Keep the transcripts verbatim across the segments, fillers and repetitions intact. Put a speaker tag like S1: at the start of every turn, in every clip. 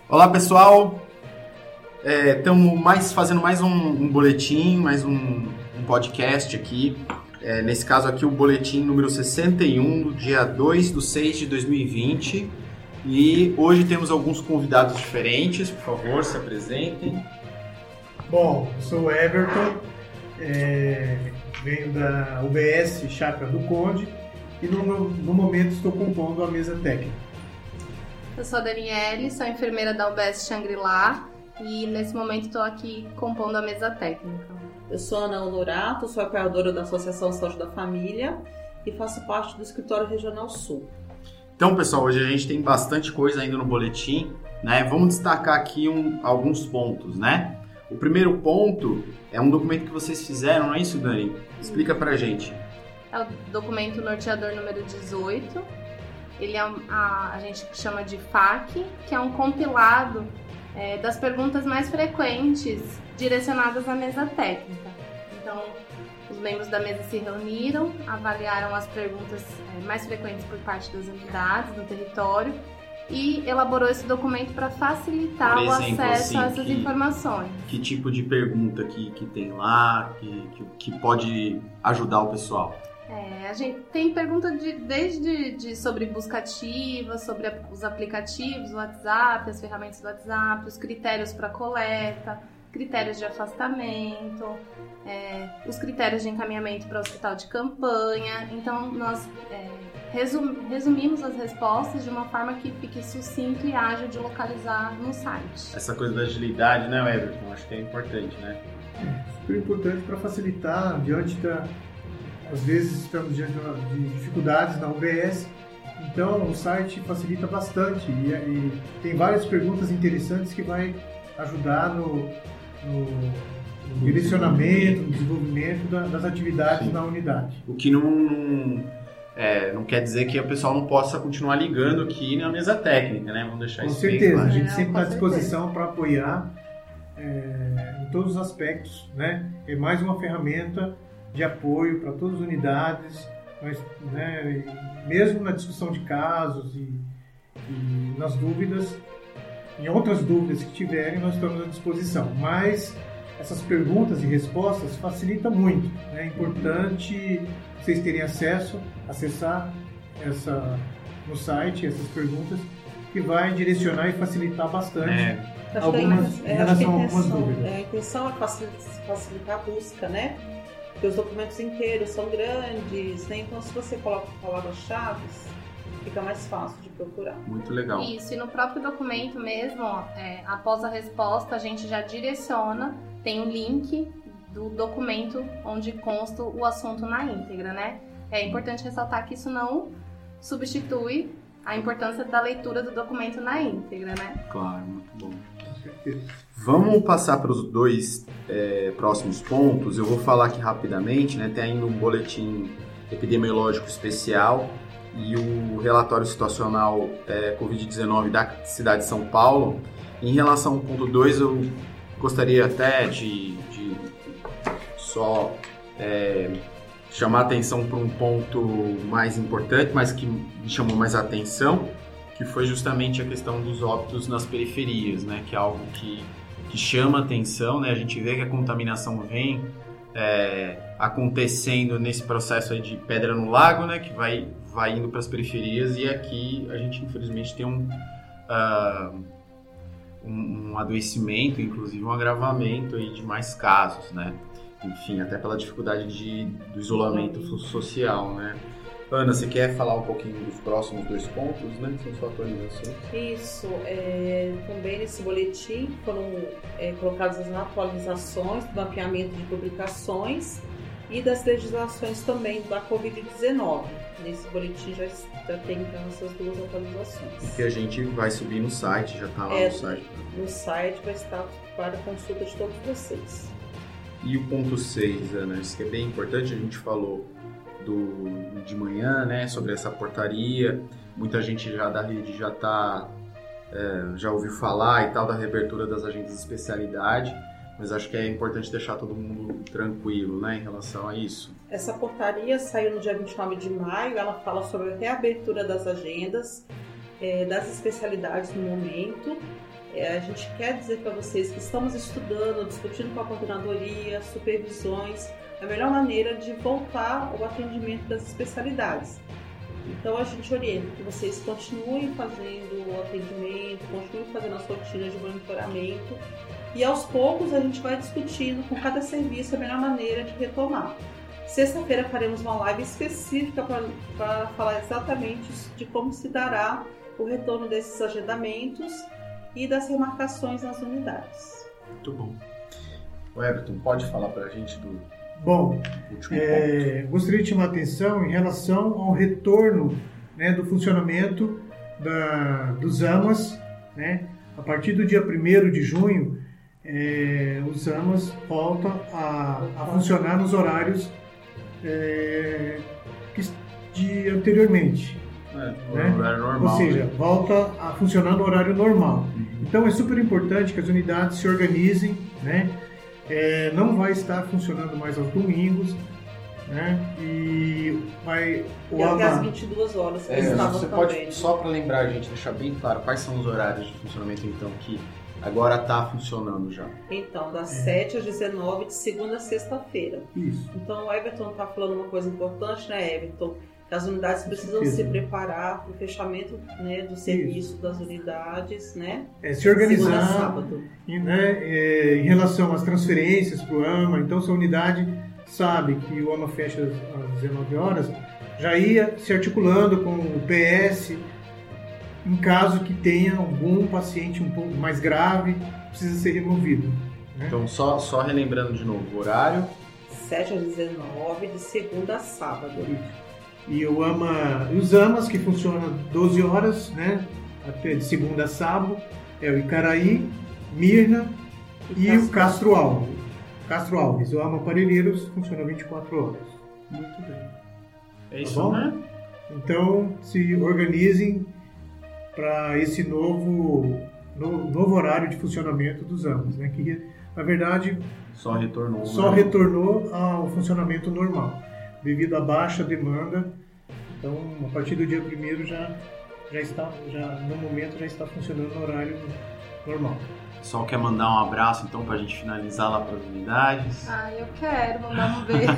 S1: Olá, pessoal. Estamos é, mais, fazendo mais um, um boletim, mais um, um podcast aqui. É, nesse caso aqui, o boletim número sessenta e um, do dia dois de seis de dois mil e vinte. E hoje temos alguns convidados diferentes. Por favor, se apresentem.
S2: Bom, eu sou o Everton, é, venho da U B S Chácara do Conde e no, no momento estou compondo a mesa técnica.
S3: Eu sou a Daniele, sou enfermeira da U B S Xangri-Lá e nesse momento estou aqui compondo a mesa técnica.
S4: Eu sou a Ana Honorato, sou apoiadora da Associação Saúde da Família e faço parte do Escritório Regional Sul.
S1: Então, pessoal, hoje a gente tem bastante coisa ainda no boletim, né? Vamos destacar aqui um, alguns pontos, né? O primeiro ponto é um documento que vocês fizeram, não é isso, Dani? Explica pra gente.
S3: É o documento norteador número dezoito. Ele é a, a gente chama de F A Q, que é um compilado é, das perguntas mais frequentes direcionadas à mesa técnica. Então, os membros da mesa se reuniram, avaliaram as perguntas é, mais frequentes por parte das unidades do território e elaborou esse documento para facilitar Por exemplo, o acesso assim, a essas
S1: que,
S3: informações.
S1: Que tipo de pergunta que, que tem lá, que, que, que pode ajudar o pessoal?
S3: É, a gente tem pergunta de, desde de, sobre busca ativa, sobre a, os aplicativos, o WhatsApp, as ferramentas do WhatsApp, os critérios para coleta, critérios de afastamento, é, os critérios de encaminhamento para o hospital de campanha. Então, nós é, resum, resumimos as respostas de uma forma que fique sucinto e ágil de localizar no site.
S1: Essa coisa da agilidade, né, Everton? Acho que é importante, né?
S2: É super importante para facilitar diante da... Às vezes estamos diante de dificuldades na U B S, então o site facilita bastante e, e tem várias perguntas interessantes que vai ajudar no, no, no direcionamento, no desenvolvimento da, das atividades Sim. na unidade.
S1: O que não, não, é, não quer dizer que o pessoal não possa continuar ligando aqui na mesa técnica, né? Vamos deixar
S2: com
S1: isso
S2: certeza,
S1: bem claro.
S2: A gente
S3: é,
S2: sempre está à disposição para apoiar é, em todos os aspectos, né? É mais uma ferramenta de apoio para todas as unidades, mas, né, mesmo na discussão de casos e, e nas dúvidas, em outras dúvidas que tiverem, nós estamos à disposição. Mas essas perguntas e respostas facilitam muito. Né? É importante vocês terem acesso, acessar essa, no site essas perguntas, que vai direcionar e facilitar bastante
S4: é.
S2: algumas,
S4: é,
S2: em relação a algumas
S4: intenção,
S2: dúvidas.
S4: É, a intenção é facilitar a busca, né? Porque os documentos inteiros são grandes, né? Então se você coloca palavras-chave, fica mais fácil de procurar.
S1: Muito legal.
S3: Isso, e no próprio documento mesmo, é, após a resposta, a gente já direciona, tem um link do documento onde consta o assunto na íntegra, né? É importante ressaltar que isso não substitui a importância da leitura do documento na íntegra, né?
S1: Claro, muito bom. Vamos passar para os dois é, próximos pontos. Eu vou falar aqui rapidamente, né? Tem ainda um boletim epidemiológico especial e o relatório situacional é, covid dezenove da cidade de São Paulo. Em relação ao ponto dois, eu gostaria até de, de só é, chamar a atenção para um ponto mais importante, mas que me chamou mais a atenção, que foi justamente a questão dos óbitos nas periferias, né? Que é algo que, que chama atenção, né? A gente vê que a contaminação vem é, acontecendo nesse processo aí de pedra no lago, né? Que vai, vai indo para as periferias, e aqui a gente infelizmente tem um, uh, um, um adoecimento, inclusive um agravamento aí de mais casos, né? Enfim, até pela dificuldade de, do isolamento social, né? Ana, você quer falar um pouquinho dos próximos dois pontos, né? Que são só atualizações.
S4: Isso. É, também nesse boletim foram é, colocadas as atualizações do mapeamento de publicações e das legislações também da covid dezenove. Nesse boletim já, já tem então essas duas atualizações.
S1: Que a gente vai subir no site, já está lá
S4: é,
S1: no site.
S4: No site vai estar para consulta de todos vocês.
S1: E o ponto seis, Ana, isso que é bem importante, a gente falou do, de manhã, né, sobre essa portaria, muita gente já da rede já tá, é, já ouviu falar e tal da reabertura das agendas de especialidade, mas acho que é importante deixar todo mundo tranquilo, né, em relação a isso.
S4: Essa portaria saiu no dia vinte e nove de maio, ela fala sobre a reabertura das agendas é, das especialidades no momento. É, a gente quer dizer para vocês que estamos estudando, discutindo com a coordenadoria, supervisões, a melhor maneira de voltar ao atendimento das especialidades. Então a gente orienta que vocês continuem fazendo o atendimento, continuem fazendo as rotinas de monitoramento e aos poucos a gente vai discutindo com cada serviço a melhor maneira de retomar. Sexta-feira faremos uma live específica para falar exatamente de como se dará o retorno desses agendamentos e das remarcações nas unidades.
S1: Muito bom. O Everton, pode falar para a gente do
S2: Bom,
S1: último
S2: é,
S1: ponto?
S2: Gostaria de chamar a atenção em relação ao retorno, né, do funcionamento da, dos AMAs, né? A partir do dia primeiro de junho, é, os AMAs voltam a, a funcionar nos horários é, de anteriormente.
S1: É,
S2: né?
S1: horário normal.
S2: Ou seja,
S1: né?
S2: volta a funcionar no horário normal.
S1: Uhum.
S2: Então é super importante que as unidades se organizem, né? É, não vai estar funcionando mais aos domingos, né? E vai o
S4: E até
S2: AMA...
S4: às vinte e duas horas que
S1: É,
S4: estavam
S1: você
S4: também.
S1: pode, só para lembrar, a gente, deixar bem claro, quais são os horários de funcionamento, então, que agora está funcionando já?
S4: Então, das sete às dezenove, de segunda a sexta-feira.
S2: Isso.
S4: Então, o Everton está falando uma coisa importante, né, Everton? Que as unidades precisam
S2: certeza.
S4: se preparar para o fechamento, né, do serviço das unidades, né?
S2: É, se
S4: Segunda a
S2: organizar,
S4: sábado.
S2: e, né, é, em relação às transferências para o AMA. Então, se a unidade sabe que o AMA fecha às dezenove horas, já ia se articulando com o P S, em caso que tenha algum paciente um pouco mais grave, precisa ser removido. Né?
S1: Então, só, só relembrando de novo, o horário...
S4: sete às dezenove, de segunda a sábado.
S2: E o AMA, os AMAs que funcionam doze horas, né, até de segunda a sábado, é o Icaraí, Mirna e, e o Castro Alves. Castro Alves, o AMA Parelheiros funciona vinte e quatro horas. Muito bem.
S1: É isso,
S2: Tá bom?
S1: né?
S2: Então, se organizem para esse novo, no, novo horário de funcionamento dos AMAs, né, que na verdade
S1: Só retornou.
S2: só
S1: né?
S2: retornou ao funcionamento normal, devido à baixa demanda. Então, a partir do dia primeiro já, já está, já, no momento já está funcionando no horário normal.
S1: Só quer mandar um abraço, então, para a gente finalizar lá para as unidades?
S3: Ah, eu quero mandar um beijo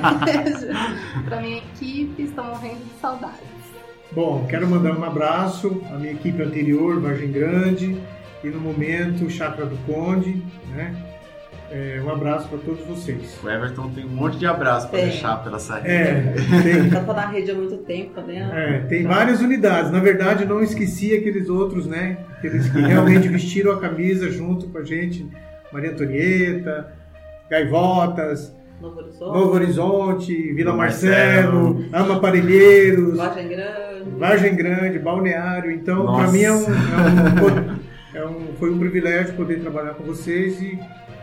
S3: para minha equipe, estão morrendo de saudades.
S2: Bom, quero mandar um abraço à minha equipe anterior, Vargem Grande, e no momento, Chácara do Conde, né? É, um abraço para todos vocês.
S1: O Everton tem um monte de abraço para
S4: Tem.
S1: deixar pela essa rede.
S2: É, tem,
S4: Já está na rede há muito tempo, né?
S2: é, tem várias unidades. Na verdade, não esqueci aqueles outros, né? Aqueles que realmente vestiram a camisa junto com a gente. Maria Antonieta, Gaivotas,
S4: Novo Horizonte,
S2: Novo Horizonte, Vila
S1: Marcelo,
S2: Marcelo, Ama Parelheiros,
S4: Vargem Grande.
S2: Vargem Grande, Balneário. Então,
S1: Nossa.
S2: para mim é um, é um, é um, foi um privilégio poder trabalhar com vocês e,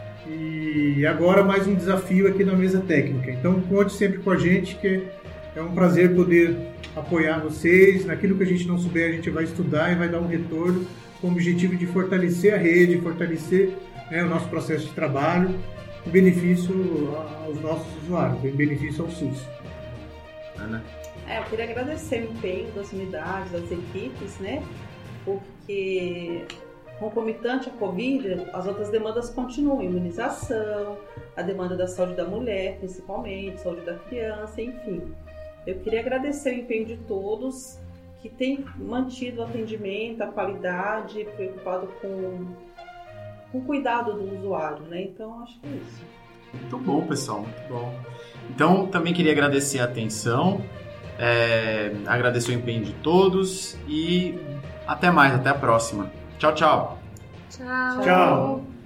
S2: e agora mais um desafio aqui na mesa técnica. Então, conte sempre com a gente, que é um prazer poder apoiar vocês. Naquilo que a gente não souber, a gente vai estudar e vai dar um retorno com o objetivo de fortalecer a rede, fortalecer, né, o nosso processo de trabalho, em benefício aos nossos usuários, em benefício ao SUS.
S1: Ana?
S4: É, eu queria agradecer o empenho das unidades, das equipes, né? Porque, concomitante à Covid, as outras demandas continuam. Imunização, a demanda da saúde da mulher, principalmente, saúde da criança, enfim. Eu queria agradecer o empenho de todos que têm mantido o atendimento, a qualidade, preocupado com, com o cuidado do usuário, né? Então, acho que é isso.
S1: Muito bom, pessoal, muito bom. Então, também queria agradecer a atenção, é, agradecer o empenho de todos e até mais, até a próxima. Tchau, tchau.
S3: Tchau.
S2: Tchau.